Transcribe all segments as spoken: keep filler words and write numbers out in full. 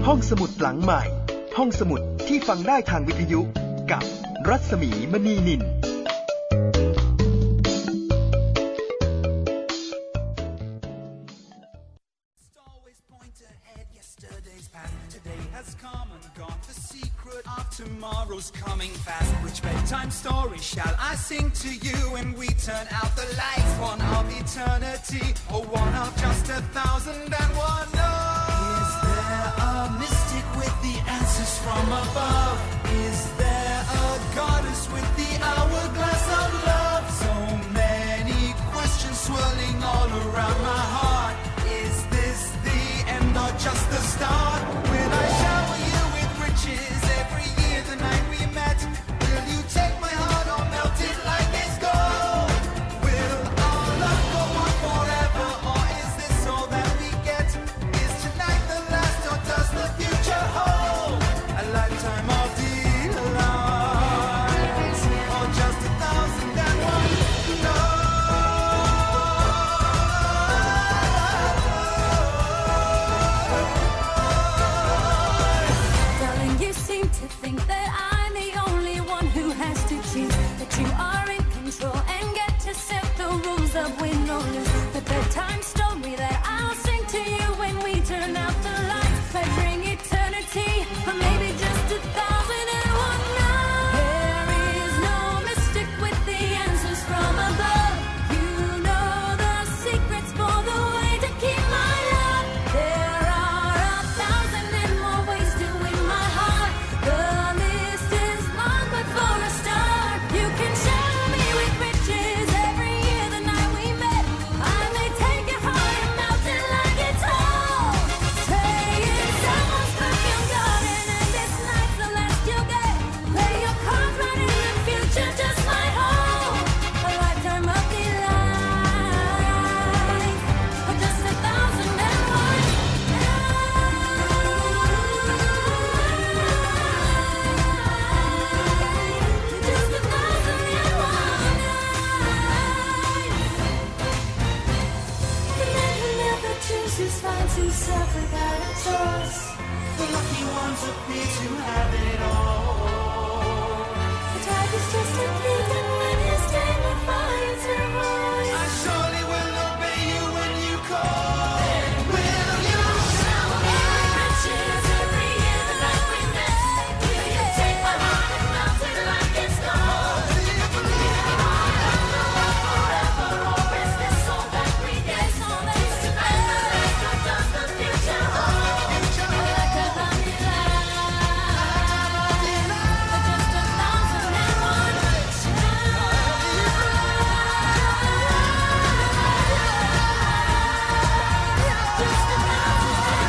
ห้องสมุดหลังใหม่ห้องสมุดที่ฟังได้ทางวิทยุกับรัศมีมณีนิน Tomorrow's coming fast. Which bedtime story shall I sing to you when we turn out the lights? One of eternity or one of just a thousand and one? No. Is there a mystic with the answers from above? Is there a goddess with the hourglass of love? So many questions swirling all around my heart. Is this the end or just the start? Will I shower you with riches every year the night we met? Will you take my heart or melt it like it's gold? Will our love go on forever or is this all that we get? Is tonight the last or does the future hold a lifetime of delight or just a thousand and one? No. Darling, you seem to think that I'm the only one who has to choose, that you are in control and get to set the rules of win or lose. The bedtime story that I'll sing to you when we turn out the lights might bring eternity or maybe just a thousand and one nights. There is no mystic with the answers from above. You know the secrets for the way to keep my love. There are a thousand and more ways to win my heart. The list is long, but for a start, you can shower me with riches every year the night we met. I may take your heart and melt it like it's whole. Say it's someone's perfume garden, and this night's the last you'll get. Play your cards right in the future, just my home. A lifetime of delight, or just a thousand and one nights. Just a thousand and one nights. The man who never chooses finds himself without a choice. The lucky ones appear to have it all. The tide is just a fleet, and when his time he finds her voice. I surely will obey you when you call. Will you shower me with riches every year the night we met? Will you take my heart and melt it like it's gold? Will you believe in our love forever or is this all that we get? Is tonight the last or does the future hold? A lifetime of delight, or just a thousand and one nights. Just a thousand and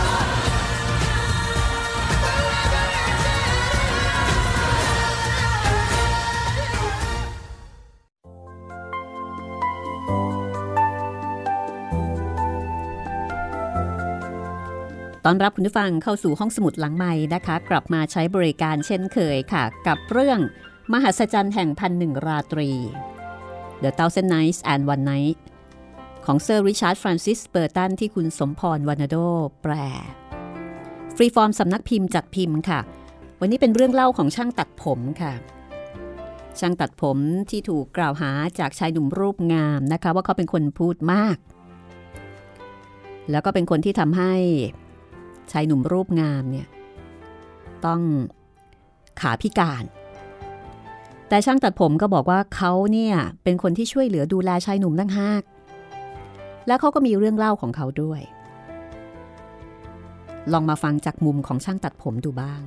one. ต้อนรับคุณผู้ฟังเข้าสู่ห้องสมุดหลังไมค์นะคะ กลับมาใช้บริการเช่นเคยค่ะ กับเรื่องมหัศจรรย์แห่งพันหนึ่งราตรี The Thousand Nights and One Night ของเซอร์ริชาร์ดฟรานซิสเบอร์ตันที่คุณสมพรวรรณโดแปลฟรีฟอร์มสำนักพิมพ์จัดพิมพ์ค่ะ วันนี้เป็นเรื่องเล่าของช่างตัดผมค่ะ ช่างตัดผมที่ถูกกล่าวหาจากชายหนุ่มรูปงามนะคะว่าเขาเป็นคนพูดมาก แล้วก็เป็นคนที่ทำให้ชายหนุ่มรูปงามเนี่ยต้องขาพิการ แต่ช่างตัดผมก็บอกว่าเขาเนี่ยเป็นคนที่ช่วยเหลือดูแลชายหนุ่มตั้งหากแล้วเขาก็มีเรื่องเล่าของเขาด้วย ลองมาฟังจากมุมของช่างตัดผมดูบ้าง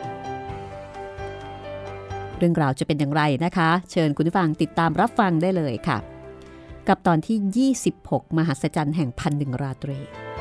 เรื่องราวจะเป็นอย่างไรนะคะ เชิญคุณผู้ฟังติดตามรับฟังได้เลยค่ะกับตอนที่ยี่สิบหกมหัศจรรย์แห่งพันหนึ่งราตรี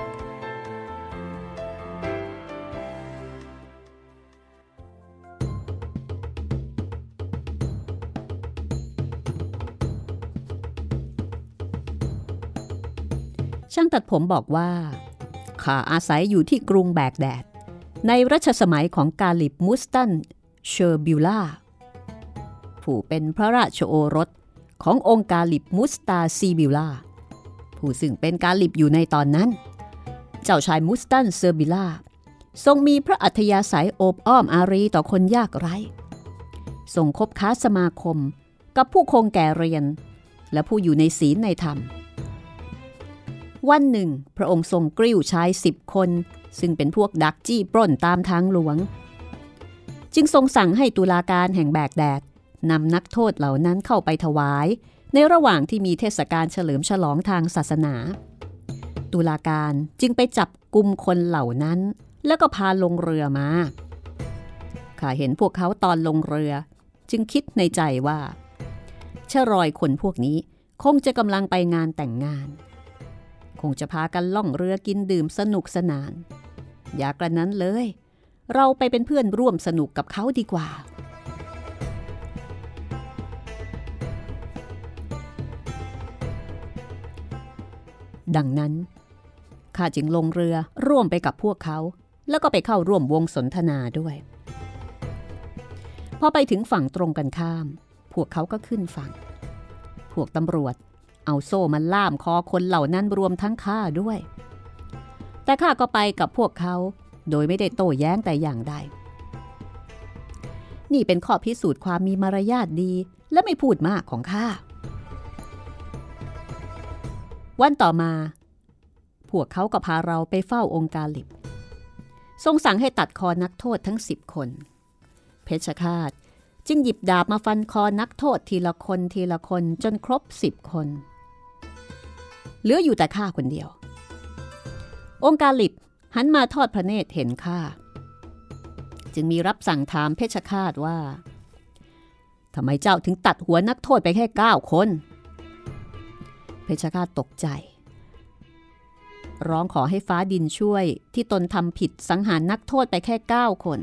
ช่างตัดผมบอกว่าข้าอาศัยอยู่ที่กรุงแบกแดดในรัชสมัยของกาลิบมุสตันเชอร์บิลลาผู้เป็นพระราชโอรสขององค์กาลิบมุสตาซีบิลลาผู้ซึ่งเป็นกาลิบอยู่ในตอนนั้น เจ้าชายมุสตันเซอร์บิลลาทรงมีพระอัธยาศัยโอบอ้อมอารีต่อคนยากไร้ทรงคบค้าสมาคมกับผู้คงแก่เรียนและผู้อยู่ในศีลในธรรมวันหนึ่งพระองค์ทรงกริ้วชายสิบคนซึ่งเป็นพวกดักจี้ปล้นตามทางหลวงจึงทรงสั่งให้ตุลาการแห่งแบกแดดนำนักโทษเหล่านั้นเข้าไปถวายในระหว่างที่มีเทศกาลเฉลิมฉลองทางศาสนาตุลาการจึงไปจับกุมคนเหล่านั้นแล้วก็พาลงเรือมาข้าเห็นพวกเขาตอนลงเรือจึงคิดในใจว่าชะรอยคนพวกนี้คงจะกำลังไปงานแต่งงานคงจะพากันล่องเรือกินดื่มสนุกสนานอย่ากระนั้นเลยเราไปเป็นเพื่อนร่วมสนุกกับเขาดีกว่าดังนั้นข้าจึงลงเรือร่วมไปกับพวกเขาแล้วก็ไปเข้าร่วมวงสนทนาด้วยพอไปถึงฝั่งตรงกันข้ามพวกเขาก็ขึ้นฝั่งพวกตำรวจเอาโซ่มาล่ามคอคนเหล่านั้นรวมทั้งข้าด้วยแต่ข้าก็ไปกับพวกเขาโดยไม่ได้โต้แย้งแต่อย่างใดนี่เป็นข้อพิสูจน์ความมีมารยาทดีและไม่พูดมากของข้าวันต่อมาพวกเขาก็พาเราไปเฝ้าองค์กาลิบทรงสั่งให้ตัดคอนักโทษทั้งสิบคนเพชฌฆาตจึงหยิบดาบมาฟันคอนักโทษทีละคนทีละคนจนครบสิบคนเหลืออยู่แต่ข้าคนเดียวองค์กาลิบหันมาทอดพระเนตรเห็นข้าจึงมีรับสั่งถามเพชฌฆาตว่าทำไมเจ้าถึงตัดหัวนักโทษไปแค่เก้าคนเพชฌฆาตตกใจร้องขอให้ฟ้าดินช่วยที่ตนทำผิดสังหารนักโทษไปแค่เก้าคน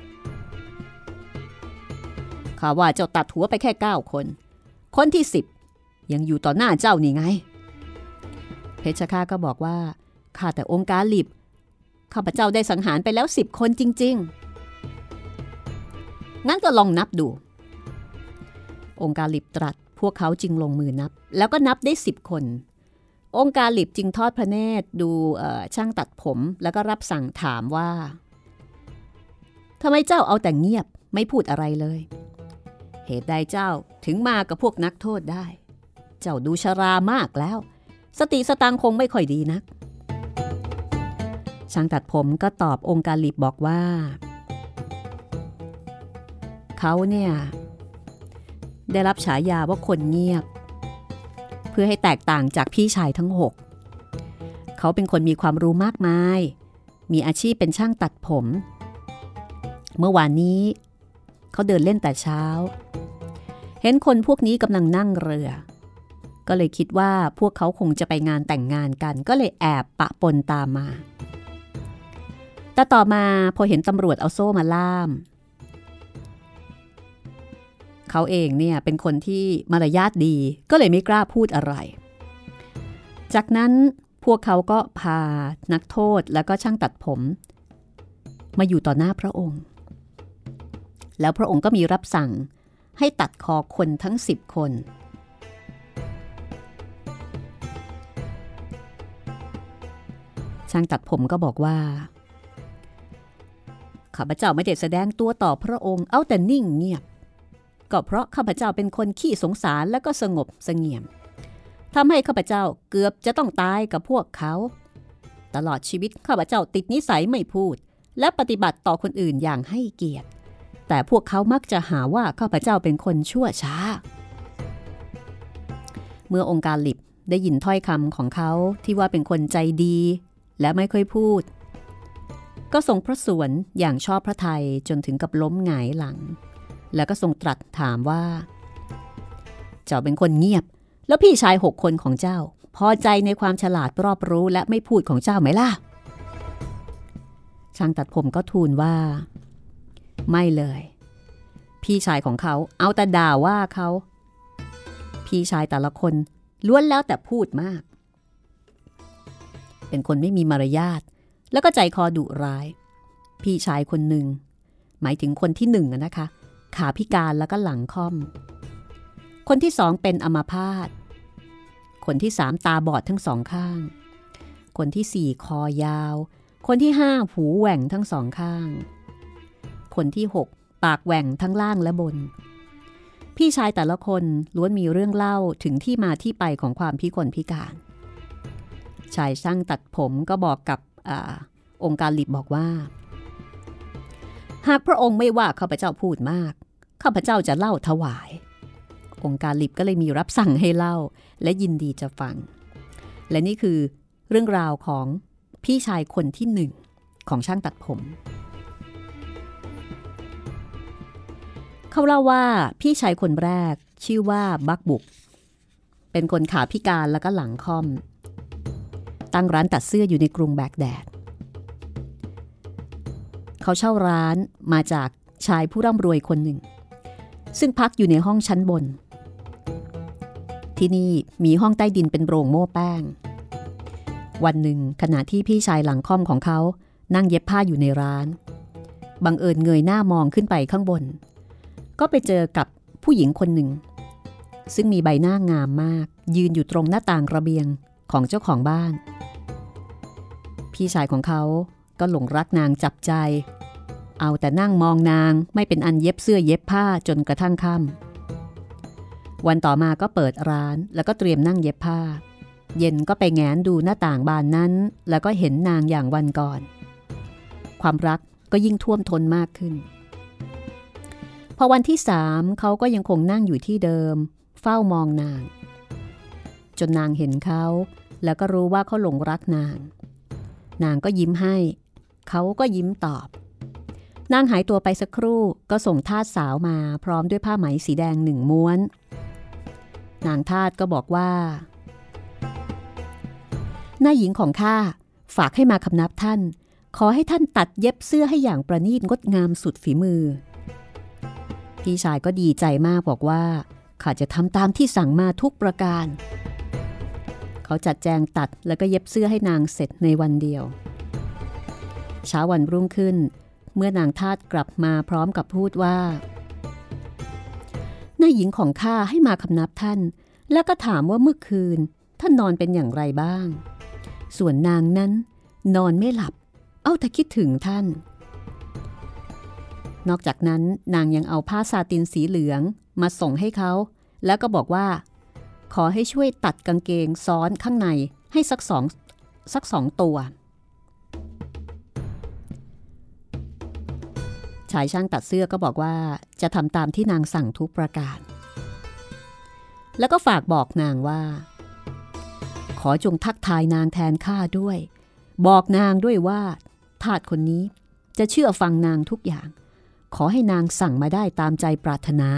ข้าว่าเจ้าตัดหัวไปแค่เก้าคนคนที่สิบยังอยู่ต่อหน้าเจ้านี่ไงเพชฌฆาตก็บอกว่าข้าแต่องค์กาลิบข้าพเจ้าได้สังหารไปแล้วสิบคนจริงๆงั้นก็ลองนับดูองค์กาลิบตรัสพวกเขาจึงลงมือนับแล้วก็นับได้สิบคนองค์กาลิบจึงทอดพระเนตรดูช่างตัดผมแล้วก็รับสั่งถามว่าทำไมเจ้าเอาแต่เงียบไม่พูดอะไรเลยเหตุใดเจ้าถึงมากับพวกนักโทษได้เจ้าดูชรามากแล้วสติสตังคงไม่ค่อยดีนักช่างตัดผมก็ตอบองค์กาลิบบอกว่าเขาเนี่ยได้รับฉายาว่าคนเงียบเพื่อให้แตกต่างจากพี่ชายทั้งหกเขาเป็นคนมีความรู้มากมายมีอาชีพเป็นช่างตัดผมเมื่อวานนี้เขาเดินเล่นแต่เช้าเห็นคนพวกนี้กำลังนั่งเรือก็เลยคิดว่าพวกเขาคงจะไปงานแต่งงานกันก็เลยแอบปะปนตามมาแต่ต่อมาพอเห็นตำรวจเอาโซ่มาล่ามเขาเองเนี่ยเป็นคนที่มารยาทดีก็เลยไม่กล้าพูดอะไรจากนั้นพวกเขาก็พานักโทษแล้วก็ช่างตัดผมมาอยู่ต่อหน้าพระองค์แล้วพระองค์ก็มีรับสั่งให้ตัดคอคนทั้งสิบคนช่างตัดผมก็บอกว่าข้าพเจ้าไม่ได้แสดงตัวต่อพระองค์เอาแต่นิ่งเงียบก็เพราะข้าพเจ้าเป็นคนขี้สงสารและก็สงบเสงี่ยมทำให้ข้าพเจ้าเกือบจะต้องตายกับพวกเขาตลอดชีวิตข้าพเจ้าติดนิสัยไม่พูดและปฏิบัติต่อคนอื่นอย่างให้เกียรติแต่พวกเขามักจะหาว่าข้าพเจ้าเป็นคนชั่วช้าเมื่อองค์กาลิบได้ยินถ้อยคำของเขาที่ว่าเป็นคนใจดีและไม่ค่อยพูดก็ทรงพระสวนอย่างชอบพระทัยจนถึงกับล้มหงายหลังแล้วก็ทรงตรัสถามว่าเจ้าเป็นคนเงียบแล้วพี่ชายหกคนของเจ้าพอใจในความฉลาดรอบรู้และไม่พูดของเจ้าไหมล่ะช่างตัดผมก็ทูลว่าไม่เลยพี่ชายของเขาเอาแต่ด่าว่าเขาพี่ชายแต่ละคนล้วนแล้วแต่พูดมากเป็นคนไม่มีมารยาทแล้วก็ใจคอดุร้ายพี่ชายคนหนึ่งหมายถึงคนที่หนึ่งนะคะขาพิการแล้วก็หลังค่อมคนที่สองเป็นอัมพาตคนที่สามตาบอดทั้งสองข้างคนที่สี่คอยาวคคนที่ห้าหูแหว่งทั้งสองข้างคนที่หกปากแหว่งทั้งล่างและบนพี่ชายแต่ละคนล้วนมีเรื่องเล่าถึงที่มาที่ไปของความพิกลพิการชายช่างตัดผมก็บอกกับอองค์การลิบบอกว่าหากพระองค์ไม่ว่าข้าพเจ้าพูดมากข้าพเจ้าจะเล่าถวายองค์การลิบก็เลยมีรับสั่งให้เล่าและยินดีจะฟังและนี่คือเรื่องราวของพี่ชายคนที่หนึ่งของช่างตัดผมเขาเล่าว่าพี่ชายคนแรกชื่อว่าบักบุกเป็นคนขาพิการแล้วก็หลังค่อมตั้งร้านตัดเสื้ออยู่ในกรุงแบกแดดเขาเช่าร้านมาจากชายผู้ร่ำรวยคนหนึ่งซึ่งพักอยู่ในห้องชั้นบนที่นี่มีห้องใต้ดินเป็นโรงโม่แป้งวันหนึ่งขณะที่พี่ชายหลังค่อมของเขานั่งเย็บผ้าอยู่ในร้านบังเอิญเงยหน้ามองขึ้นไปข้างบนก็ไปเจอกับผู้หญิงคนหนึ่งซึ่งมีใบหน้างามมากยืนอยู่ตรงหน้าต่างระเบียงของเจ้าของบ้านพี่ชายของเขาก็หลงรักนางจับใจเอาแต่นั่งมองนางไม่เป็นอันเย็บเสื้อเย็บผ้าจนกระทั่งค่ำวันต่อมาก็เปิดร้านแล้วก็เตรียมนั่งเย็บผ้าเย็นก็ไปแงนดูหน้าต่างบานนั้นแล้วก็เห็นนางอย่างวันก่อนความรักก็ยิ่งท่วมท้นมากขึ้นพอวันที่สามเขาก็ยังคงนั่งอยู่ที่เดิมเฝ้ามองนางจนนางเห็นเขาแล้วก็รู้ว่าเขาหลงรักนางนางก็ยิ้มให้เขาก็ยิ้มตอบนางหายตัวไปสักครู่ก็ส่งทาสสาวมาพร้อมด้วยผ้าไหมสีแดงหนึ่งม้วนนางทาสก็บอกว่านายหญิงของข้าฝากให้มาคำนับท่านขอให้ท่านตัดเย็บเสื้อให้อย่างประณีตงดงามสุดฝีมือพี่ชายก็ดีใจมากบอกว่าข้าจะทำตามที่สั่งมาทุกประการเขาจัดแจงตัดแล้วก็เย็บเสื้อให้นางเสร็จในวันเดียวเช้าวันรุ่งขึ้นเมื่อนางทาสกลับมาพร้อมกับพูดว่านายหญิงของข้าให้มาคำนับท่านแล้วก็ถามว่าเมื่อคืนท่านนอนเป็นอย่างไรบ้างส่วนนางนั้นนอนไม่หลับเอาแต่คิดถึงท่านนอกจากนั้นนางยังเอาผ้าซาตินสีเหลืองมาส่งให้เขาแล้วก็บอกว่าขอให้ช่วยตัดกางเกงซ้อนข้างในให้สักสองสักสองตัวชายช่างตัดเสื้อก็บอกว่าจะทำตามที่นางสั่งทุกประการแล้วก็ฝากบอกนางว่าขอจงทักทายนางแทนข้าด้วยบอกนางด้วยว่าทาสคนนี้จะเชื่อฟังนางทุกอย่างขอให้นางสั่งมาได้ตามใจปรารถนา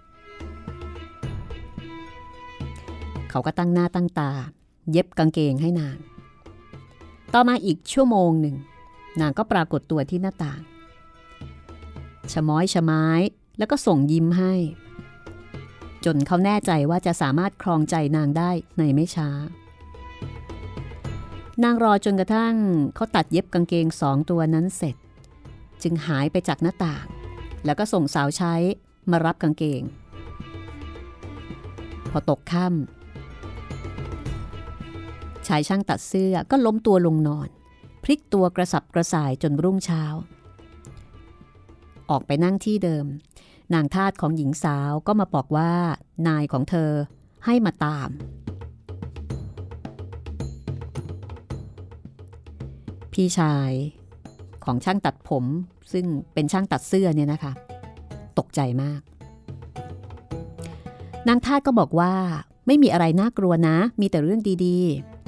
เขาก็ตั้งหน้าตั้งตาเย็บกางเกงให้นางต่อมาอีกชั่วโมงหนึ่งนางก็ปรากฏตัวที่หน้าต่างชะม้อยชะไม้แล้วก็ส่งยิ้มให้จนเขาแน่ใจว่าจะสามารถครองใจนางได้ในไม่ช้านางรอจนกระทั่งเขาตัดเย็บกางเกงสองตัวนั้นเสร็จจึงหายไปจากหน้าต่างแล้วก็ส่งสาวใช้มารับกางเกงพอตกค่ำชายช่างตัดเสื้อก็ล้มตัวลงนอนพลิกตัวกระสับกระส่ายจนรุ่งเช้าออกไปนั่งที่เดิมนางทาสของหญิงสาวก็มาบอกว่านายของเธอให้มาตามพี่ชายของช่างตัดผมซึ่งเป็นช่างตัดเสื้อเนี่ยนะคะตกใจมากนางทาสก็บอกว่าไม่มีอะไรน่ากลัวนะมีแต่เรื่องดี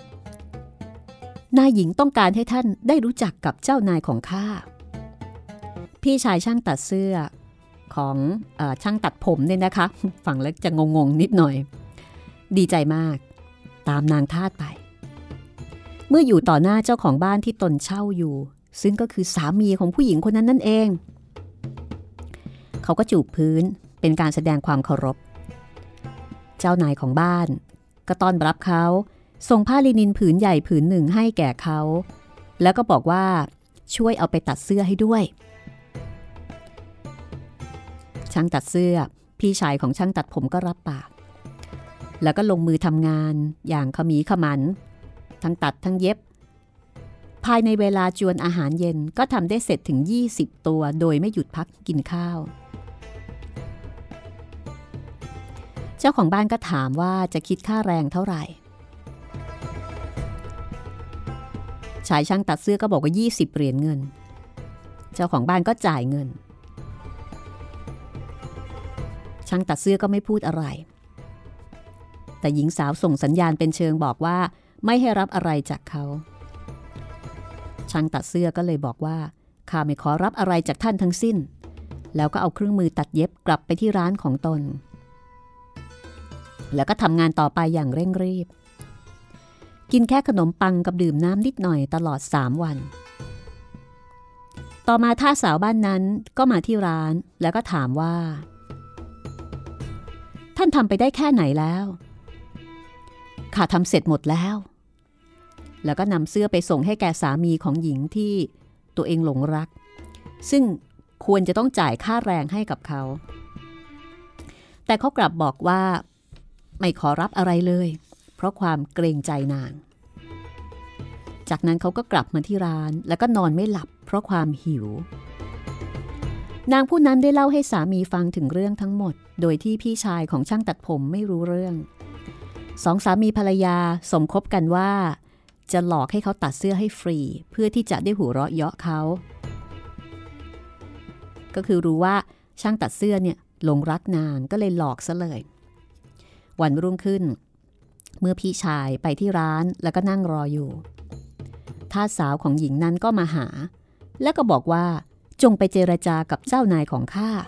ๆนายหญิงต้องการให้ท่านได้รู้จักกับเจ้านายของข้าพี่ชายช่างตัดเสื้อของเอ่อช่างตัดผมเนี่ยนะคะฟังแล้วจะงงๆนิดหน่อยดีใจมากตามนางทาสไปเมื่ออยู่ต่อหน้าเจ้าของบ้านที่ตนเช่าอยู่ซึ่งก็คือสามีของผู้หญิงคนนั้นนั่นเองเขาก็จูบพื้นเป็นการแสดงความเคารพเจ้านายของบ้านก็ต้อนรับเขาส่งผ้าลินินผืนใหญ่ผืนหนึ่งให้แก่เขาแล้วก็บอกว่าช่วยเอาไปตัดเสื้อให้ด้วยช่างตัดเสื้อพี่ชายของช่างตัดผมก็รับปากแล้วก็ลงมือทำงานอย่างขมีขมันทั้งตัดทั้งเย็บภายในเวลาจวนอาหารเย็นก็ทำได้เสร็จถึงยี่สิบตัวโดยไม่หยุดพักกินข้าวเจ้าของบ้านก็ถามว่าจะคิดค่าแรงเท่าไหร่ชายช่างตัดเสื้อก็บอกว่ายี่สิบเหรียญเงินเจ้าของบ้านก็จ่ายเงินช่างตัดเสื้อก็ไม่พูดอะไรแต่หญิงสาวส่งสัญญาณเป็นเชิงบอกว่าไม่ให้รับอะไรจากเขาช่างตัดเสื้อก็เลยบอกว่าข้าไม่ขอรับอะไรจากท่านทั้งสิ้นแล้วก็เอาเครื่องมือตัดเย็บกลับไปที่ร้านของตนแล้วก็ทำงานต่อไปอย่างเร่งรีบกินแค่ขนมปังกับดื่มน้ำนิดหน่อยตลอดสามวันต่อมาท่าสาวบ้านนั้นก็มาที่ร้านแล้วก็ถามว่าท่านทำไปได้แค่ไหนแล้วข้าทำเสร็จหมดแล้วแล้วก็นำเสื้อไปส่งให้แก่สามีของหญิงที่ตัวเองหลงรักซึ่งควรจะต้องจ่ายค่าแรงให้กับเขาแต่เขากลับบอกว่าไม่ขอรับอะไรเลยเพราะความเกรงใจนางจากนั้นเขาก็กลับมาที่ร้านแล้วก็นอนไม่หลับเพราะความหิวนางผู้นั้นได้เล่าให้สามีฟังถึงเรื่องทั้งหมดโดยที่พี่ชายของช่างตัดผมไม่รู้เรื่องสองสามีภรรยาสมคบกันว่าจะหลอกให้เขาตัดเสื้อให้ฟรีเพื่อที่จะได้หัวเราะเยาะเขาก็คือรู้ว่าช่างตัดเสื้อเนี่ยหลงรักนางก็เลยหลอกซะเลยวันรุ่งขึ้นเมื่อพี่ชายไปที่ร้านแล้วก็นั่งรออยู่ทาสสาวของหญิงนั้นก็มาหาแล้วก็บอกว่าจงไปเจรจากับเจ้านายของข้า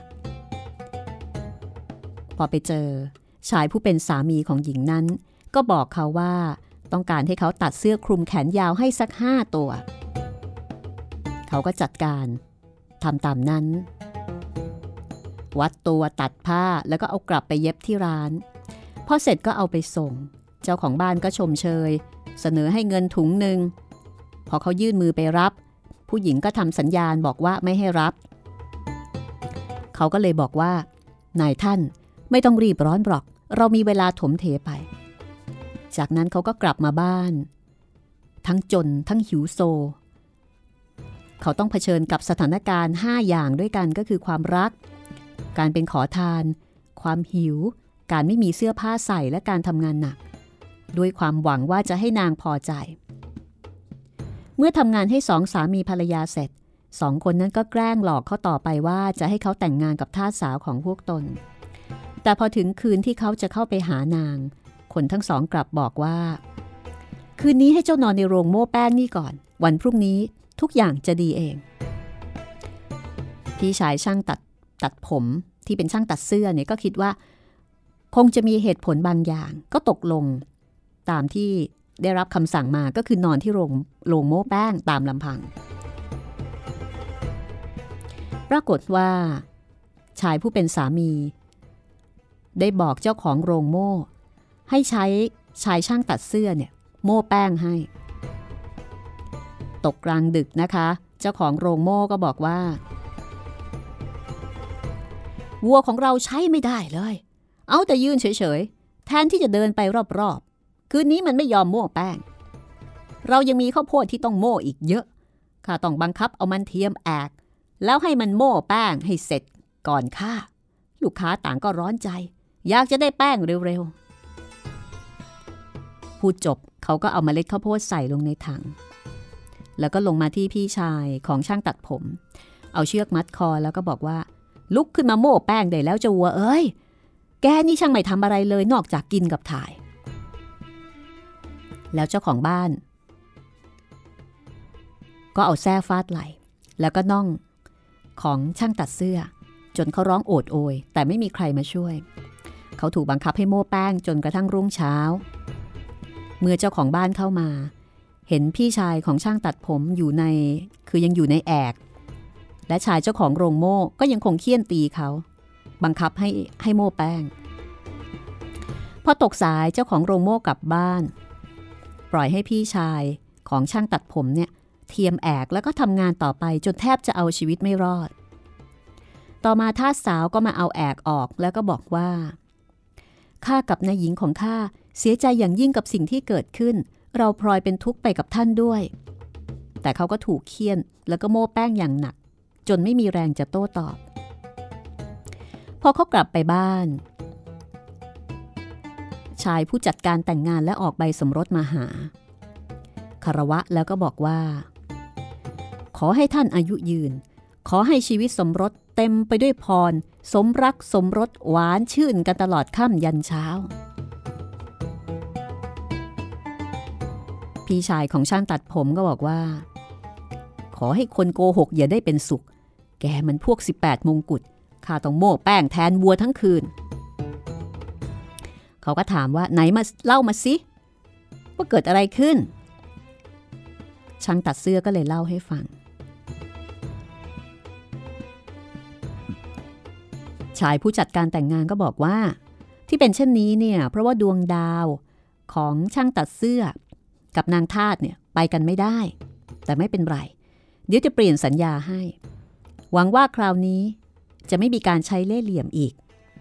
พอไปเจอชายผู้เป็นสามีของหญิงนั้นก็บอกเขาว่าต้องการให้เขาตัดเสื้อคลุมแขนยาวให้สักห้าตัวเขาก็จัดการทำตามนั้นวัดตัวตัดผ้าแล้วก็เอากลับไปเย็บที่ร้านพอเสร็จก็เอาไปส่งเจ้าของบ้านก็ชมเชยเสนอให้เงินถุงหนึ่งพอเขายื่นมือไปรับผู้หญิงก็ทำสัญญาณบอกว่าไม่ให้รับเขาก็เลยบอกว่านายท่านไม่ต้องรีบร้อนหรอกเรามีเวลาถมเทไปจากนั้นเขาก็กลับมาบ้านทั้งจนทั้งหิวโซเขาต้องเผชิญกับสถานการณ์ห้าอย่างด้วยกันก็คือความรักการเป็นขอทานความหิวการไม่มีเสื้อผ้าใส่และการทำงานหนักด้วยความหวังว่าจะให้นางพอใจเมื่อทำงานให้สองสามีภรรยาเสร็จสองคนนั้นก็แกล้งหลอกเขาต่อไปว่าจะให้เขาแต่งงานกับทาสสาวของพวกตนแต่พอถึงคืนที่เขาจะเข้าไปหานางคนทั้งสองกลับบอกว่าคืนนี้ให้เจ้านอนในโรงโม่แป้งนี่ก่อนวันพรุ่งนี้ทุกอย่างจะดีเองพี่ชายช่างตัดตัดผมที่เป็นช่างตัดเสื้อเนี่ยก็คิดว่าคงจะมีเหตุผลบางอย่างก็ตกลงตามที่ได้รับคำสั่งมาก็คือนอนที่โรงโรงโม่แป้งตามลำพังปรากฏว่าชายผู้เป็นสามีได้บอกเจ้าของโรงโม่ให้ใช้ชายช่างตัดเสื้อเนี่ยโม่แป้งให้ตกกลางดึกนะคะเจ้าของโรงโม่ก็บอกว่าวัวของเราใช้ไม่ได้เลยเอาแต่ยืนเฉยๆแทนที่จะเดินไปรอบๆคืนนี้มันไม่ยอมโม่แป้งเรายังมีข้าวโพดที่ต้องโม่อีกเยอะข้าต้องบังคับเอามันเทียมแอกแล้วให้มันโม่แป้งให้เสร็จก่อนข้าลูกค้าต่างก็ร้อนใจอยากจะได้แป้งเร็วๆพูดจบเขาก็เอาเมล็ดข้าวโพดใส่ลงในถังแล้วก็ลงมาที่พี่ชายของช่างตัดผมเอาเชือกมัดคอแล้วก็บอกว่าลุกขึ้นมาโม่แป้งได้แล้วเจ้าวัวเอ้ยแกนี่ช่างไม่ทำอะไรเลยนอกจากกินกับถ่ายแล้วเจ้าของบ้านก็เอาแส้ฟาดไหล่แล้วก็น่องของช่างตัดเสื้อจนเขาร้องโอดโอยแต่ไม่มีใครมาช่วยเขาถูกบังคับให้โม่แป้งจนกระทั่งรุ่งเช้าเมื่อเจ้าของบ้านเข้ามาเห็นพี่ชายของช่างตัดผมอยู่ในคือยังอยู่ในแอกและชายเจ้าของโรงโม่ก็ยังคงเคี่ยนตีเขาบังคับให้ให้โม่แป้งพอตกสายเจ้าของโรงโม่กลับบ้านปล่อยให้พี่ชายของช่างตัดผมเนี่ยเทียมแอกแล้วก็ทำงานต่อไปจนแทบจะเอาชีวิตไม่รอดต่อมาทาสสาวก็มาเอาแอกออกแล้วก็บอกว่าข้ากับนายหญิงของข้าเสียใจอย่างยิ่งกับสิ่งที่เกิดขึ้นเราพลอยเป็นทุกข์ไปกับท่านด้วยแต่เขาก็ถูกเคี่ยนแล้วก็โม้แป้งอย่างหนักจนไม่มีแรงจะโต้ตอบพอเขากลับไปบ้านชายผู้จัดการแต่งงานและออกใบสมรสมาหาคารวะแล้วก็บอกว่าขอให้ท่านอายุยืนขอให้ชีวิตสมรสเต็มไปด้วยพรสมรักสมรสหวานชื่นกันตลอดค่ำยันเช้าพี่ชายของช่างตัดผมก็บอกว่าขอให้คนโกหกอย่าได้เป็นสุขแกมันพวกสิบแปดมงกุฎข้าต้องโม้แป้งแทนวัวทั้งคืนเขาก็ถามว่าไหนมาเล่ามาสิว่าเกิดอะไรขึ้นช่างตัดเสื้อก็เลยเล่าให้ฟังชายผู้จัดการแต่งงานก็บอกว่าที่เป็นเช่นนี้เนี่ยเพราะว่าดวงดาวของช่างตัดเสื้อกับนางทาสเนี่ยไปกันไม่ได้แต่ไม่เป็นไรเดี๋ยวจะเปลี่ยนสัญญาให้หวังว่าคราวนี้จะไม่มีการใช้เล่ห์เหลี่ยมอีก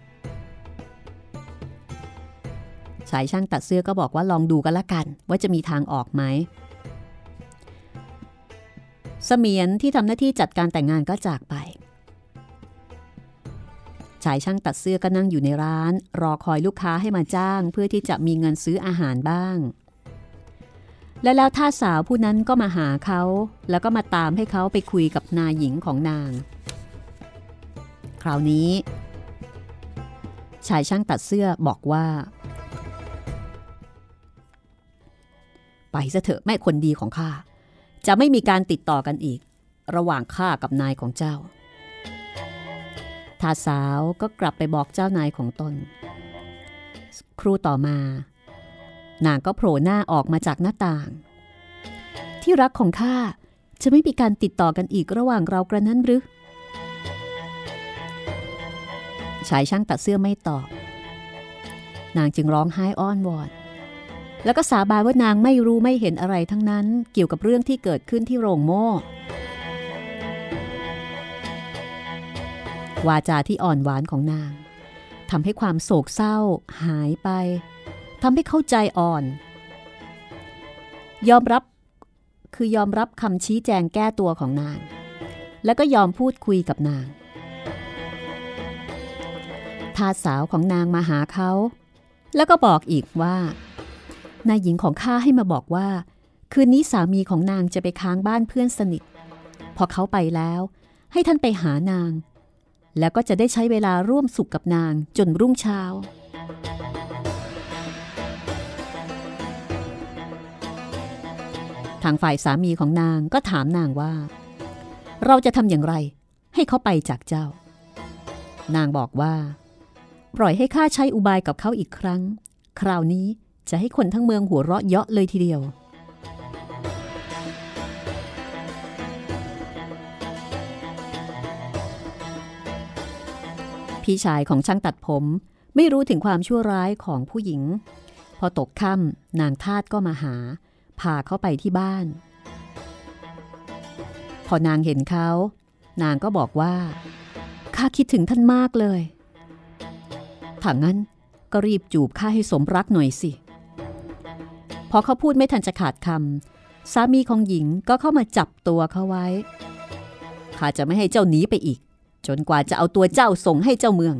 ชายช่างตัดเสื้อก็บอกว่าลองดูกันละกันว่าจะมีทางออกไหมเสมียนที่ทำหน้าที่จัดการแต่งงานก็จากไปชายช่างตัดเสื้อก็นั่งอยู่ในร้านรอคอยลูกค้าให้มาจ้างเพื่อที่จะมีเงินซื้ออาหารบ้างและแล้วทาสสาวผู้นั้นก็มาหาเขาแล้วก็มาตามให้เขาไปคุยกับนายหญิงของนางคราวนี้ชายช่างตัดเสื้อบอกว่าไปซะเถอะแม่คนดีของข้าจะไม่มีการติดต่อกันอีกระหว่างข้ากับนายของเจ้าทาสสาวก็กลับไปบอกเจ้านายของตนครู่ต่อมานางก็โผล่หน้าออกมาจากหน้าต่างที่รักของข้าจะไม่มีการติดต่อกันอีกระหว่างเรากระนั้นหรือชายช่างตัดเสื้อไม่ตอบนางจึงร้องไห้อ้อนวอนแล้วก็สาบานว่านางไม่รู้ไม่เห็นอะไรทั้งนั้นเกี่ยวกับเรื่องที่เกิดขึ้นที่โรงโม่วาจาที่อ่อนหวานของนางทำให้ความโศกเศร้าหายไปทำให้เข้าใจอ่อนยอมรับคือยอมรับคำชี้แจงแก้ตัวของนางแล้วก็ยอมพูดคุยกับนางทาสสาวของนางมาหาเขาแล้วก็บอกอีกว่านายหญิงของข้าให้มาบอกว่าคืนนี้สามีของนางจะไปค้างบ้านเพื่อนสนิทพอเขาไปแล้วให้ท่านไปหานางแล้วก็จะได้ใช้เวลาร่วมสุขกับนางจนรุ่งเช้าทางฝ่ายสามีของนางก็ถามนางว่าเราจะทำอย่างไรให้เขาไปจากเจ้านางบอกว่าปล่อยให้ข้าใช้อุบายกับเขาอีกครั้งคราวนี้จะให้คนทั้งเมืองหัวเราะเยาะเลยทีเดียวพี่ชายของช่างตัดผมไม่รู้ถึงความชั่วร้ายของผู้หญิงพอตกค่ำนางทาสก็มาหาพาเขาไปที่บ้านพอนางเห็นเขานางก็บอกว่าข้าคิดถึงท่านมากเลยถ้างั้นก็รีบจูบข้าให้สมรักหน่อยสิพอเขาพูดไม่ทันจะขาดคำสามีของหญิงก็เข้ามาจับตัวเขาไว้ข้าจะไม่ให้เจ้าหนีไปอีกจนกว่าจะเอาตัวเจ้าส่งให้เจ้าเมือง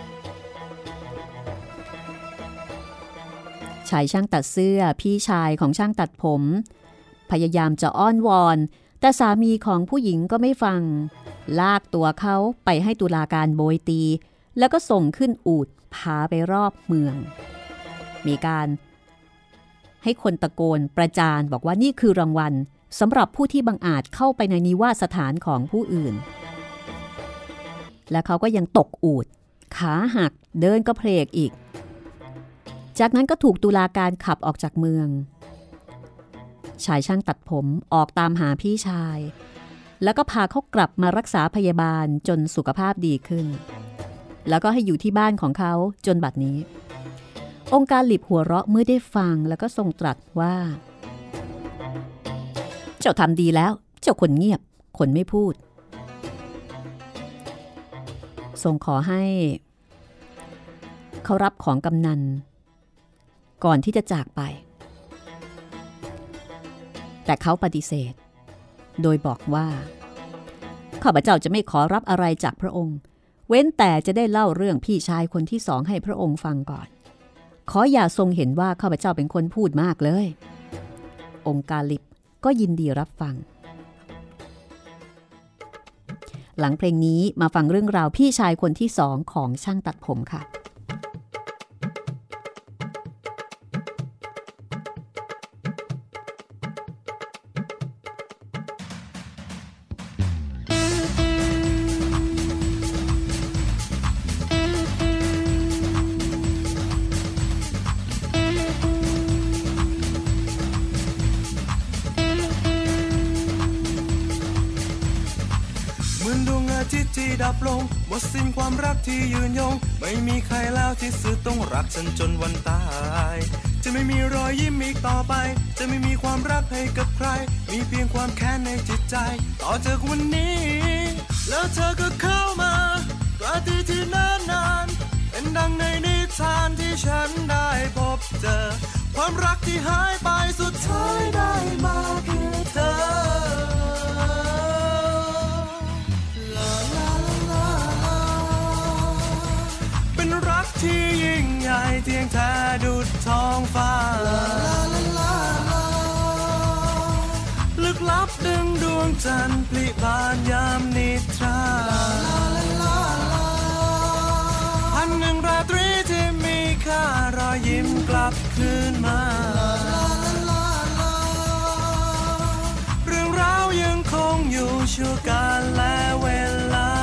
ชายช่างตัดเสื้อพี่ชายของช่างตัดผมพยายามจะอ้อนวอนแต่สามีของผู้หญิงก็ไม่ฟังลากตัวเขาไปให้ตุลาการโบยตีแล้วก็ส่งขึ้นอูฐพาไปรอบเมืองมีการให้คนตะโกนประจานบอกว่านี่คือรางวัลสำหรับผู้ที่บังอาจเข้าไปในนิวาสสถานของผู้อื่นและเขาก็ยังตกอูฐขาหักเดินกระเพลกอีกจากนั้นก็ถูกตุลาการขับออกจากเมืองชายช่างตัดผมออกตามหาพี่ชายแล้วก็พาเขากลับมารักษาพยาบาลจนสุขภาพดีขึ้นแล้วก็ให้อยู่ที่บ้านของเขาจนบัดนี้องค์การหลิบหัวเราะเมื่อได้ฟังแล้วก็ทรงตรัสว่าเจ้าทำดีแล้วเจ้าคนเงียบคนไม่พูดทรงขอให้เขารับของกำนันก่อนที่จะจากไปแต่เขาปฏิเสธโดยบอกว่าข้าพเจ้าจะไม่ขอรับอะไรจากพระองค์เว้นแต่จะได้เล่าเรื่องพี่ชายคนที่สองให้พระองค์ฟังก่อนขออย่าทรงเห็นว่าข้าพเจ้าเป็นคนพูดมากเลยองค์กาลิปก็ยินดีรับฟังหลังเพลงนี้มาฟังเรื่องราวพี่ชายคนที่สองของช่างตัดผมค่ะที่ดับลงหมดสิ้นความรักที่ยืนยงไม่มีใครแล้วที่สุดต้องรักฉันจนวันตายจะไม่มีรอยยิ้มอีกต่อไปจะไม่มีความรักให้กับใครมีเพียงความแค้นในจิตใจต่อจากวันนี้แล้วเธอก็เข้ามาตราตีที่นานนานเป็นดังในนิทานที่ฉันได้พบเจอความรักที่หายไปสุดท้ายได้มาคือเธอรักที่ยิ่งใหญ่เทียงแท้ดุจท้องฟ้าลึกลับดึงดวงจันทร์พลิบานยามนิทราพันหนึ่งราตรีที่มีค่ารอยยิ้มกลับคืนมาเรื่องราวยังคงอยู่ชั่วกาลและเวลา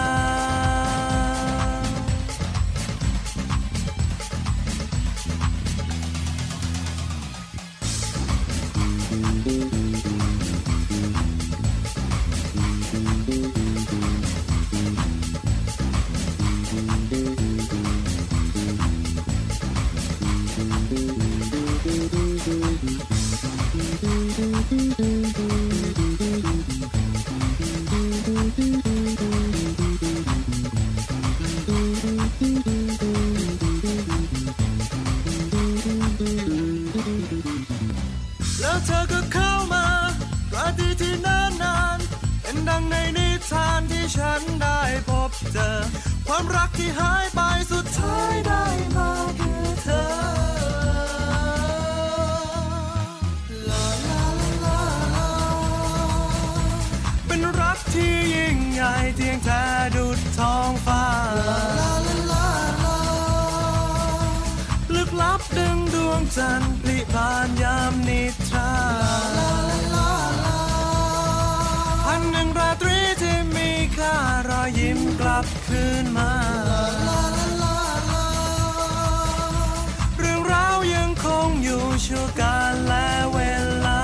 แล้วเธอก็เข้ามาราตรีที่นานนานเป็นดังในนิทานที่ฉันได้พบเจอความรักที่หายไปสุดท้ายได้มาคือเธอเป็นรักที่ยิ่งใหญ่เทียงแท้ดุจท้องฟ้าลึกลับดึงดวงจันทร์พลิบานยามนิทราพันหนึ่งราตรีที่มีค่ารอยยิ้มกลับคืนมาเรื่องราวยังคงอยู่ชั่วกาลและเวลา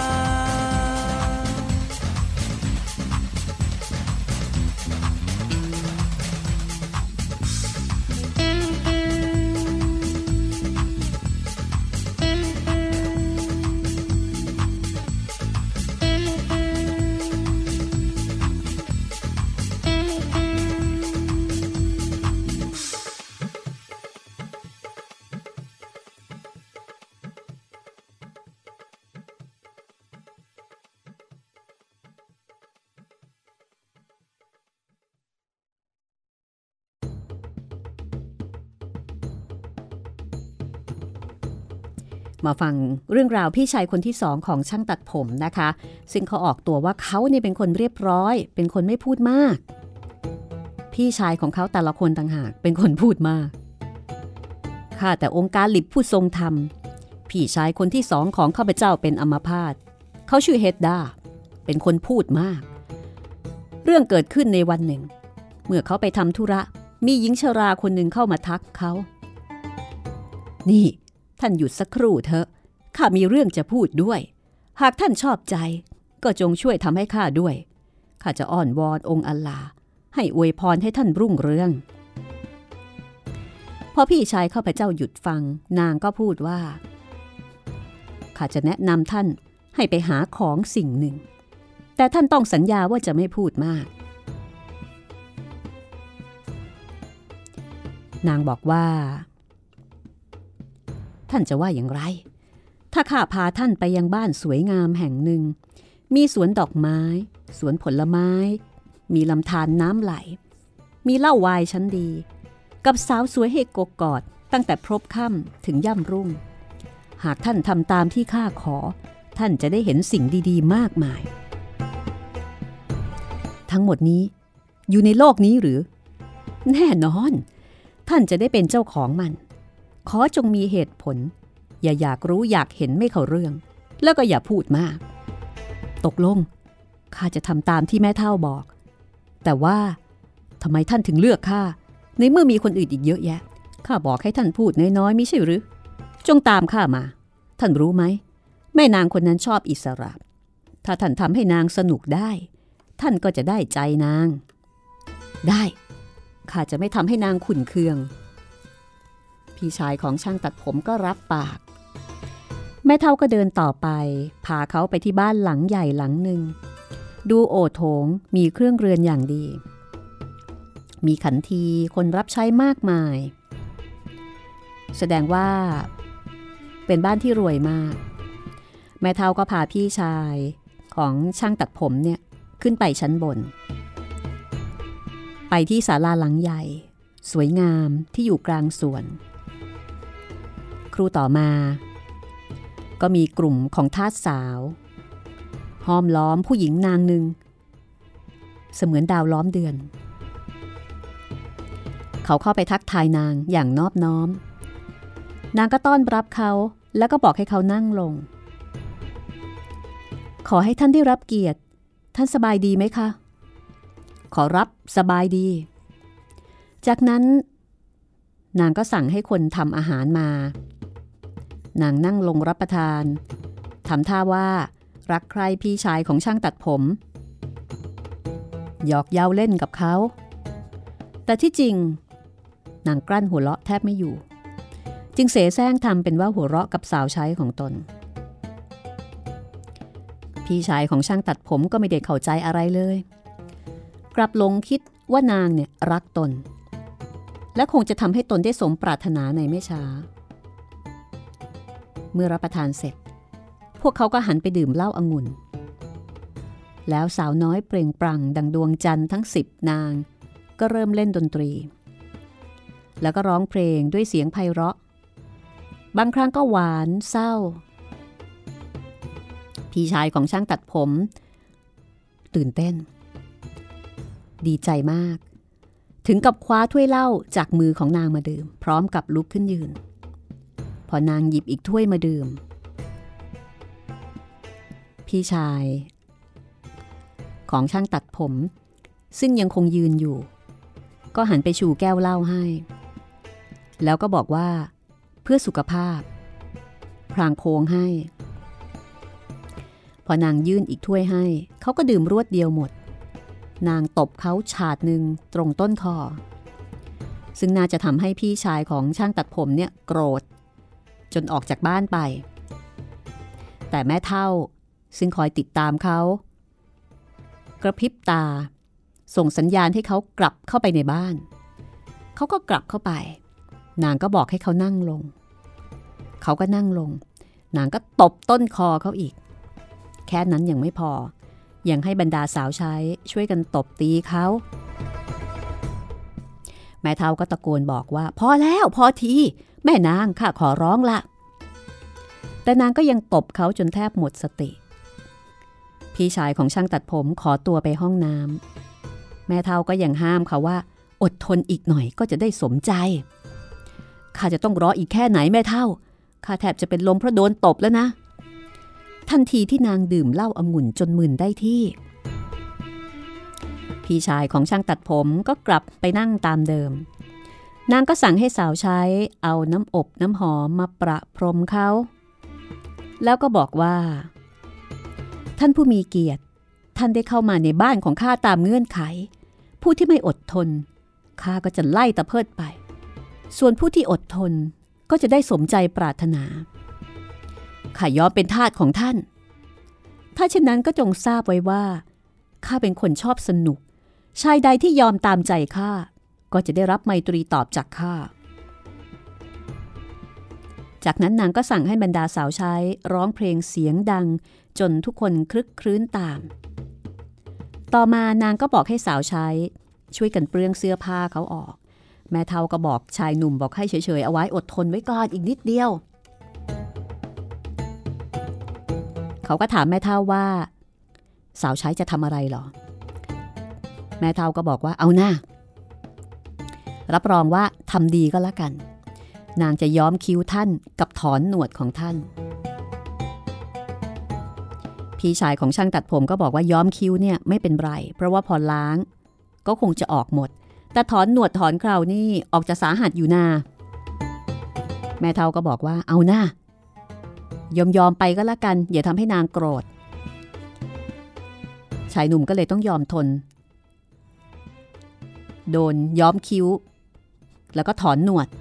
มาฟังเรื่องราวพี่ชายคนที่สองของช่างตัดผมนะคะซึ่งเขาออกตัวว่าเขาเนี่ยเป็นคนเรียบร้อยเป็นคนไม่พูดมากพี่ชายของเขาแต่ละคนต่างหากเป็นคนพูดมากข้าแต่องค์การลิบผู้ทรงธรรมพี่ชายคนที่สองของข้าพเจ้าเป็นอัมพาตเขาชื่อเฮดดาเป็นคนพูดมากเรื่องเกิดขึ้นในวันหนึ่งเมื่อเขาไปทำธุระมีหญิงชราคนหนึ่งเข้ามาทักเขานี่ท่านหยุดสักครู่เถอะข้ามีเรื่องจะพูดด้วยหากท่านชอบใจก็จงช่วยทำให้ข้าด้วยข้าจะอ้อนวอนองค์อัลลาห์ให้อวยพรให้ท่านรุ่งเรืองพอพี่ชายข้าพเจ้าหยุดฟังนางก็พูดว่าข้าจะแนะนำท่านให้ไปหาของสิ่งหนึ่งแต่ท่านต้องสัญญาว่าจะไม่พูดมากนางบอกว่าท่านจะว่าอย่างไรถ้าข้าพาท่านไปยังบ้านสวยงามแห่งหนึ่งมีสวนดอกไม้สวนผลไม้มีลำธารน้ำไหลมีเหล้าวายชั้นดีกับสาวสวยให้กกอดตั้งแต่พรบค่ำถึงย่ำรุ่งหากท่านทำตามที่ข้าขอท่านจะได้เห็นสิ่งดีๆมากมายทั้งหมดนี้อยู่ในโลกนี้หรือแน่นอนท่านจะได้เป็นเจ้าของมันขอจงมีเหตุผลอย่าอยากรู้อยากเห็นไม่เข้าเรื่องแล้วก็อย่าพูดมากตกลงข้าจะทำตามที่แม่เฒ่าบอกแต่ว่าทำไมท่านถึงเลือกข้าในเมื่อมีคนอื่นอีกเยอะแยะข้าบอกให้ท่านพูดน้อยๆไม่ใช่หรือจงตามข้ามาท่านรู้ไหมแม่นางคนนั้นชอบอิสระถ้าท่านทำให้นางสนุกได้ท่านก็จะได้ใจนางได้ข้าจะไม่ทำให้นางขุ่นเคืองพี่ชายของช่างตัดผมก็รับปากแม่เฒ่าก็เดินต่อไปพาเขาไปที่บ้านหลังใหญ่หลังหนึ่งดูโอโถงมีเครื่องเรือนอย่างดีมีขันทีคนรับใช้มากมายแสดงว่าเป็นบ้านที่รวยมากแม่เฒ่าก็พาพี่ชายของช่างตัดผมเนี่ยขึ้นไปชั้นบนไปที่ศาลาหลังใหญ่สวยงามที่อยู่กลางสวนครูต่อมาก็มีกลุ่มของทาสสาวห้อมล้อมผู้หญิงนางหนึ่งเสมือนดาวล้อมเดือนเขาเข้าไปทักทายนางอย่างนอบน้อมนางก็ต้อนรับเขาแล้วก็บอกให้เขานั่งลงขอให้ท่านได้รับเกียรติท่านสบายดีไหมคะขอรับสบายดีจากนั้นนางก็สั่งให้คนทำอาหารมานางนั่งลงรับประทานทำท่าว่ารักใคร่พี่ชายของช่างตัดผมหยอกเย้าเล่นกับเขาแต่ที่จริงนางกลั้นหัวเราะแทบไม่อยู่จึงเสแสร้งทำเป็นว่าหัวเราะกับสาวใช้ของตนพี่ชายของช่างตัดผมก็ไม่ได้เข้าใจอะไรเลยกลับหลงคิดว่านางเนี่ยรักตนและคงจะทำให้ตนได้สมปรารถนาในไม่ช้าเมื่อรับประทานเสร็จพวกเขาก็หันไปดื่มเหล้าองุ่นแล้วสาวน้อยเปล่งปลั่งดังดวงจันทร์ทั้งสิบนางก็เริ่มเล่นดนตรีแล้วก็ร้องเพลงด้วยเสียงไพเราะบางครั้งก็หวานเศร้าพี่ชายของช่างตัดผมตื่นเต้นดีใจมากถึงกับคว้าถ้วยเหล้าจากมือของนางมาดื่มพร้อมกับลุกขึ้นยืนพอนางหยิบอีกถ้วยมาดื่มพี่ชายของช่างตัดผมซึ่งยังคงยืนอยู่ก็หันไปชูแก้วเหล้าให้แล้วก็บอกว่าเพื่อสุขภาพพลางโค้งให้พอนางยื่นอีกถ้วยให้เขาก็ดื่มรวดเดียวหมดนางตบเขาฉาดหนึ่งตรงต้นคอซึ่งน่าจะทำให้พี่ชายของช่างตัดผมเนี่ยโกรธจนออกจากบ้านไปแต่แม่เฒ่าซึ่งคอยติดตามเขากระพริบตาส่งสัญญาณให้เขากลับเข้าไปในบ้านเขาก็กลับเข้าไปนางก็บอกให้เขานั่งลงเขาก็นั่งลงนางก็ตบต้นคอเขาอีกแค่นั้นยังไม่พอยังให้บรรดาสาวใช้ช่วยกันตบตีเขาแม่เฒ่าก็ตะโกนบอกว่าพอแล้วพอทีแม่นางข้าขอร้องละแต่นางก็ยังตบเขาจนแทบหมดสติพี่ชายของช่างตัดผมขอตัวไปห้องน้ำแม่เฒ่าก็ยังห้ามเขาว่าอดทนอีกหน่อยก็จะได้สมใจข้าจะต้องรออีกแค่ไหนแม่เฒ่าข้าแทบจะเป็นลมเพราะโดนตบแล้วนะทันทีที่นางดื่มเหล้าองุ่นจนมึนได้ที่พี่ชายของช่างตัดผมก็กลับไปนั่งตามเดิมนางก็สั่งให้สาวใช้เอาน้ำอบน้ำหอมมาประพรมเขาแล้วก็บอกว่าท่านผู้มีเกียรติท่านได้เข้ามาในบ้านของข้าตามเงื่อนไขผู้ที่ไม่อดทนข้าก็จะไล่ตะเพิดไปส่วนผู้ที่อดทนก็จะได้สมใจปรารถนาข้ายอมเป็นทาสของท่านถ้าเช่นนั้นก็จงทราบไว้ว่าข้าเป็นคนชอบสนุกชายใดที่ยอมตามใจข้าก็จะได้รับไมตรีตอบจากข้าจจากนั้นนางก็สั่งให้บรรดาสาวใช้ร้องเพลงเสียงดังจนทุกคนคลึกครื้นตามต่อมานางก็บอกให้สาวใช้ช่วยกันเปลื้องเสื้อผ้าเขาออกแม่เฒ่าก็บอกชายหนุ่มบอกให้เฉยๆเอาไว้อดทนไว้ก่อนอีกนิดเดียวเขาก็ถามแม่เฒ่าว่าสาวใช้จะทำอะไรหรอแม่เฒ่าก็บอกว่าเอาหน้ารับรองว่าทำดีก็แล้วกันนางจะย้อมคิ้วท่านกับถอนหนวดของท่านพี่ชายของช่างตัดผมก็บอกว่าย้อมคิ้วเนี่ยไม่เป็นไรเพราะว่าพอล้างก็คงจะออกหมดแต่ถอนหนวดถอนเครานี่ออกจะสาหัสอยู่นาแม่เฒ่าก็บอกว่าเอาหน้ายอมยอมไปก็แล้วกันอย่าทำให้นางโกรธชายหนุ่มก็เลยต้องยอมทนโดนย้อมคิ้วแล้วก็ถอนหนวด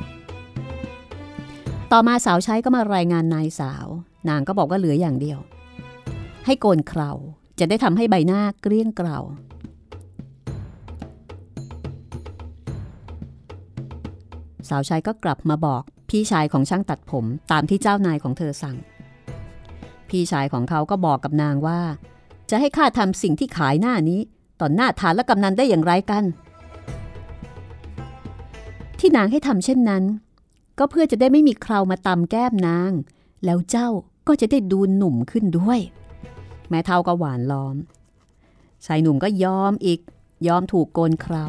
ต่อมาสาวใช้ก็มารายงานนายสาวนางก็บอกว่าเหลืออย่างเดียวให้โกนเคราจะได้ทำให้ใบหน้าเกลี้ยงเกลาสาวใช้ก็กลับมาบอกพี่ชายของช่างตัดผมตามที่เจ้านายของเธอสั่งพี่ชายของเขาก็บอกกับนางว่าจะให้ข้าทำสิ่งที่ขายหน้านี้ต่อหน้าทานและกำนันได้อย่างไรกันที่นางให้ทำเช่นนั้นก็เพื่อจะได้ไม่มีเครามาตำแก้มนางแล้วเจ้าก็จะได้ดูหนุ่มขึ้นด้วยแม่เฒ่าก็หวานล้อมชายหนุ่มก็ยอมอีกยอมถูกโกนเครา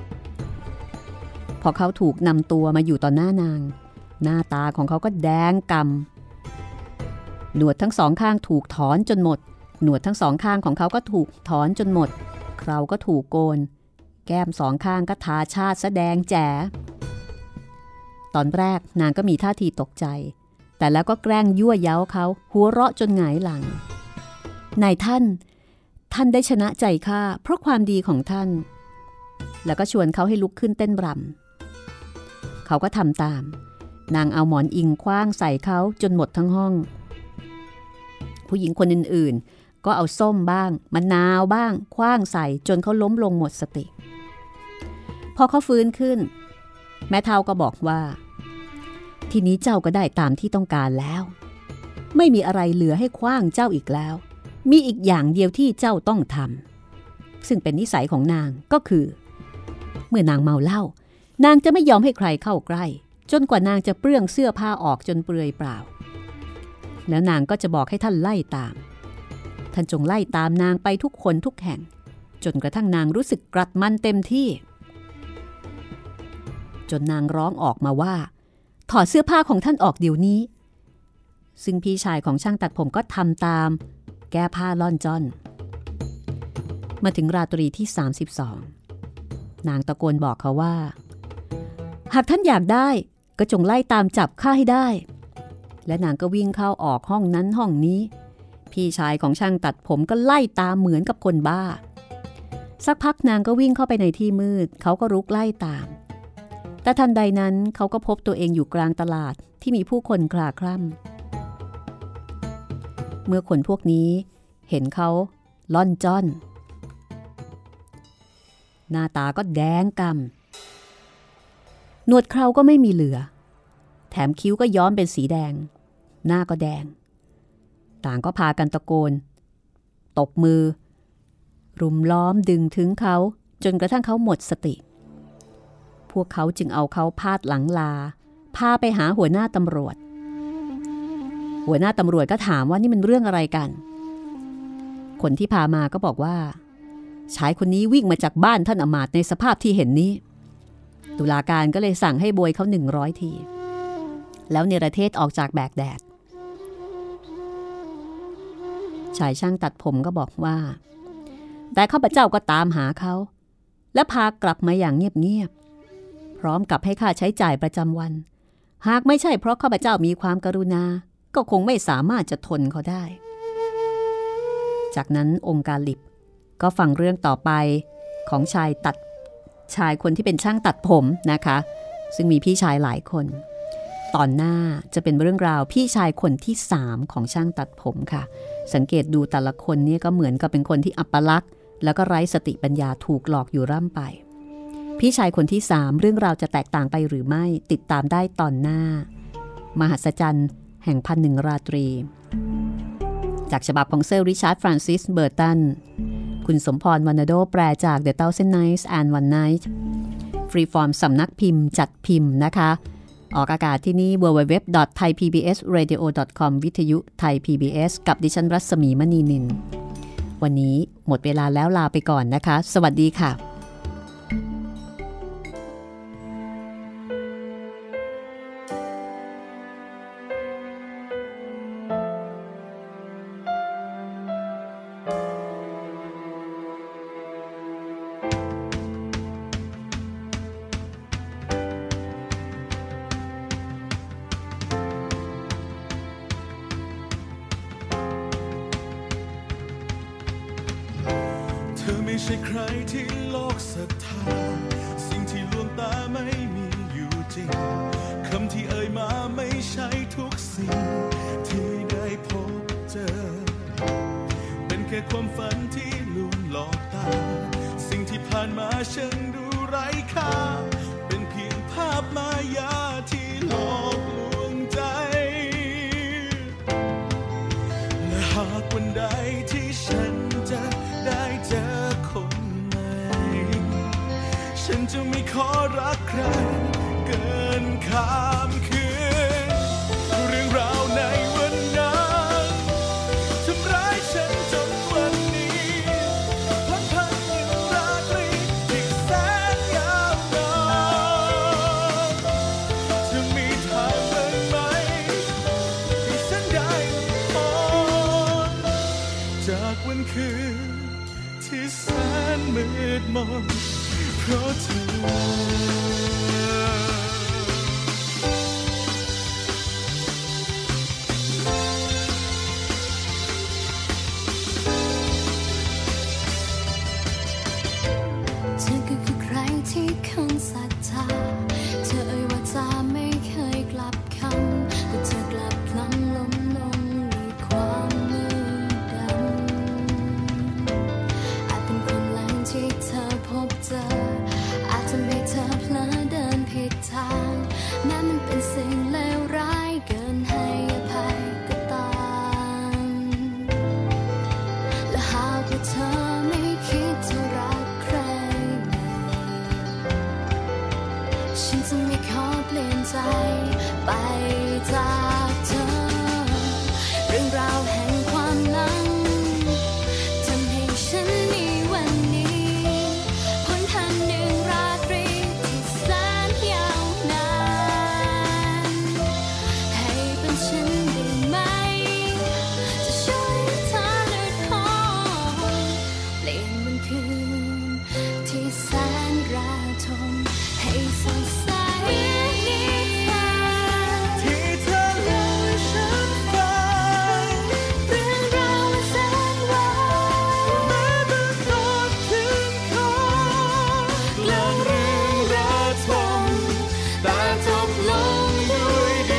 พอเขาถูกนำตัวมาอยู่ต่อหน้านางหน้าตาของเขาก็แดงกำหนวดทั้งสองข้างถูกถอนจนหมดหนวดทั้งสองข้างของเขาก็ถูกถอนจนหมดเคราก็ถูกโกนแก้มสองข้างก็ทาชาติแสดงแจ๋ตอนแรกนางก็มีท่าทีตกใจแต่แล้วก็แกล้งยั่วเย้าเขาหัวเราะจนหงายหลังนายท่านท่านได้ชนะใจข้าเพราะความดีของท่านแล้วก็ชวนเขาให้ลุกขึ้นเต้นรำเขาก็ทำตามนางเอาหมอนอิงคว้างใส่เขาจนหมดทั้งห้องผู้หญิงคนอื่นๆก็เอาส้มบ้างมะนาวบ้างคว้างใส่จนเขาล้มลงหมดสติพอเขาฟื้นขึ้นแม่เฒ่าก็บอกว่าทีนี้เจ้าก็ได้ตามที่ต้องการแล้วไม่มีอะไรเหลือให้คว้างเจ้าอีกแล้วมีอีกอย่างเดียวที่เจ้าต้องทำซึ่งเป็นนิสัยของนางก็คือเมื่อนางเมาเหล้านางจะไม่ยอมให้ใครเข้าใกล้จนกว่านางจะเปลื้องเสื้อผ้าออกจนเปลือยเปล่าแล้วนางก็จะบอกให้ท่านไล่ตามท่านจงไล่ตามนางไปทุกคนทุกแห่งจนกระทั่งนางรู้สึกกรัดมันเต็มที่จนนางร้องออกมาว่าถอดเสื้อผ้าของท่านออกเดี๋ยวนี้ซึ่งพี่ชายของช่างตัดผมก็ทำตามแก้ผ้าล่อนจ้อนมาถึงราตรีที่สามสิบสองนางตะโกนบอกเขาว่าหากท่านอยากได้ก็จงไล่ตามจับข้าให้ได้และนางก็วิ่งเข้าออกห้องนั้นห้องนี้พี่ชายของช่างตัดผมก็ไล่ตามเหมือนกับคนบ้าสักพักนางก็วิ่งเข้าไปในที่มืดเขาก็รุกไล่ตามแต่ทันใดนั้นเขาก็พบตัวเองอยู่กลางตลาดที่มีผู้คนคลาคล่ำเมื่อคนพวกนี้เห็นเขาล่อนจ้อนหน้าตาก็แดงกำหนวดเคราก็ไม่มีเหลือแถมคิ้วก็ย้อมเป็นสีแดงหน้าก็แดงต่างก็พากันตะโกนตบมือรุมล้อมดึงถึงเขาจนกระทั่งเขาหมดสติพวกเขาจึงเอาเขาพาดหลังลาพาไปหาหัวหน้าตำรวจหัวหน้าตำรวจก็ถามว่านี่มันเรื่องอะไรกันคนที่พามาก็บอกว่าชายคนนี้วิ่งมาจากบ้านท่านอมาตย์ในสภาพที่เห็นนี้ตุลาการก็เลยสั่งให้โบยเขาหนึ่งร้อยทีแล้วเนรเทศออกจากแบกแดดชายช่างตัดผมก็บอกว่าแต่ข้าพเจ้าก็ตามหาเขาและพากลับมาอย่างเงียบๆพร้อมกับให้ค่าใช้จ่ายประจำวันหากไม่ใช่เพราะข้าพเจ้ามีความกรุณาก็คงไม่สามารถจะทนเขาได้จากนั้นองค์การลิบก็ฟังเรื่องต่อไปของชายตัดชายคนที่เป็นช่างตัดผมนะคะซึ่งมีพี่ชายหลายคนตอนหน้าจะเป็นเรื่องราวพี่ชายคนที่สามของช่างตัดผมค่ะสังเกตดูแต่ละคนนี่ก็เหมือนกับเป็นคนที่อัปลักษณ์แล้วก็ไร้สติปัญญาถูกหลอกอยู่ร่ำไปพี่ชายคนที่สามเรื่องราวจะแตกต่างไปหรือไม่ติดตามได้ตอนหน้ามหัศจรรย์แห่งพันหนึ่งราตรีจากฉบับของเซอร์ริชาร์ดฟรานซิสเบอร์ตันคุณสมพรวรรณโดแปลจาก The Thousand Nights and One Night ฟรีฟอร์มสำนักพิมพ์จัดพิมพ์นะคะออกอากาศที่นี่ ดับเบิลยู ดับเบิลยู ดับเบิลยู ดอท ไทย พี บี เอส เรดิโอ ดอท คอม วิทยุไทย พี บี เอส กับดิฉันรัศมีมณีนินวันนี้หมดเวลาแล้วลาไปก่อนนะคะสวัสดีค่ะไม่ใช่ใครที่โลกศรัทธาสิ่งที่ลวงตาไม่มีอยู่จริงคำที่เอ่ยมาไม่ใช่ทุกสิ่งที่ได้พบเจอเป็นแค่ความฝันที่ลวงหลอกตาสิ่งที่ผ่านมาฉันดูไร้ค่าเป็นเพียงภาพมายาที่หลอกลวงใจและหากวันใดที่ฉันจะได้เจอคนใหม่ฉันจะไม่ขอรักใครเกินข้ามคืนเรื่องราวในวันนั้นทำร้ายฉันจนวันนี้พันพันหนึ่งราตรีที่แสนยาวนานจะมีทางบ้างไหมที่ฉันได้พบจากวันคืนที่แสนมืดมนเพราะเธอเธอก็คือใครที่คนศรัทธาเธอเอ่ยว่าจะไม่เคยกลับคำแต่เธอกลับพลั้งล้มลงในความมืดดำอาจเป็นคนแรงที่เธอพบเจออาจทำให้เธอเพลอเดินผิดทางแม้มันเป็นสิ่งเลวร้ายเกินให้อภัยก็ตามและหากว่าเธอไม่คิดจะรักใครฉันจะไม่ขอเปลี่ยนใจไปจากเธอเรื่องราวแห่งความหลังทำให้ฉันมีวันนี้พ้นพันหนึ่งราตรีที่แสนยาวนานให้เป็นฉันได้ไหมจะช่วยเธอหลุดพ้นเปลี่ยนวันคืนที่แสนราทมให้สดใสที่เธอเล่าให้ฉันฟังเรื่องราวมันแสนหวานแม้เป็นตอนคืนคอกลางเรื่องระทมแต่จบลงด้วยดี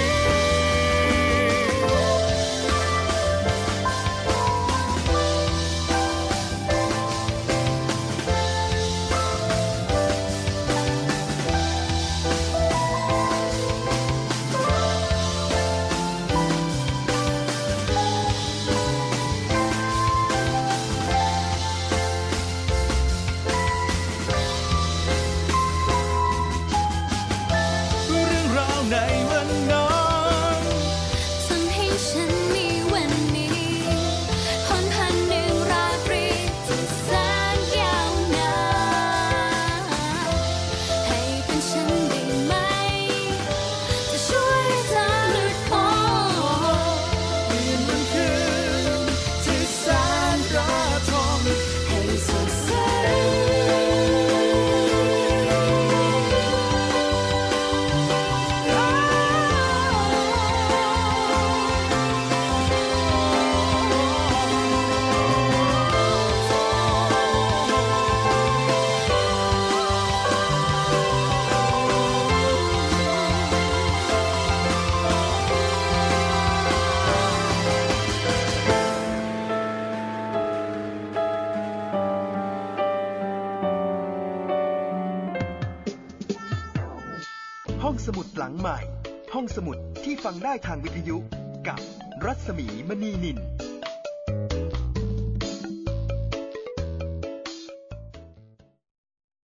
ห้องสมุดหลังใหม่ห้องสมุดที่ฟังได้ทางวิทยุกับรัศมีมณีนิน